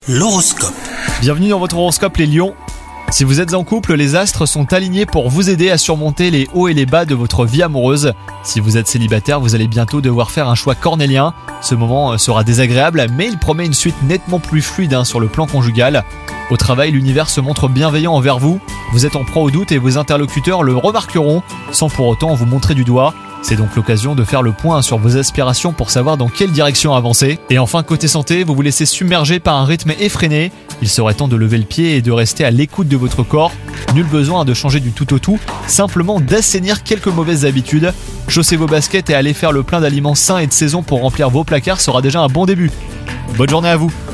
L'horoscope. Bienvenue dans votre horoscope les lions. Si vous êtes en couple, les astres sont alignés pour vous aider à surmonter les hauts et les bas de votre vie amoureuse. Si vous êtes célibataire, vous allez bientôt devoir faire un choix cornélien. Ce moment sera désagréable, mais il promet une suite nettement plus fluide sur le plan conjugal. Au travail, l'univers se montre bienveillant envers vous. Vous êtes en proie au doute et vos interlocuteurs le remarqueront, sans pour autant vous montrer du doigt. C'est donc l'occasion de faire le point sur vos aspirations pour savoir dans quelle direction avancer. Et enfin, côté santé, vous vous laissez submerger par un rythme effréné. Il serait temps de lever le pied et de rester à l'écoute de votre corps. Nul besoin de changer du tout au tout, simplement d'assainir quelques mauvaises habitudes. Chaussez vos baskets et allez faire le plein d'aliments sains et de saison pour remplir vos placards sera déjà un bon début. Bonne journée à vous!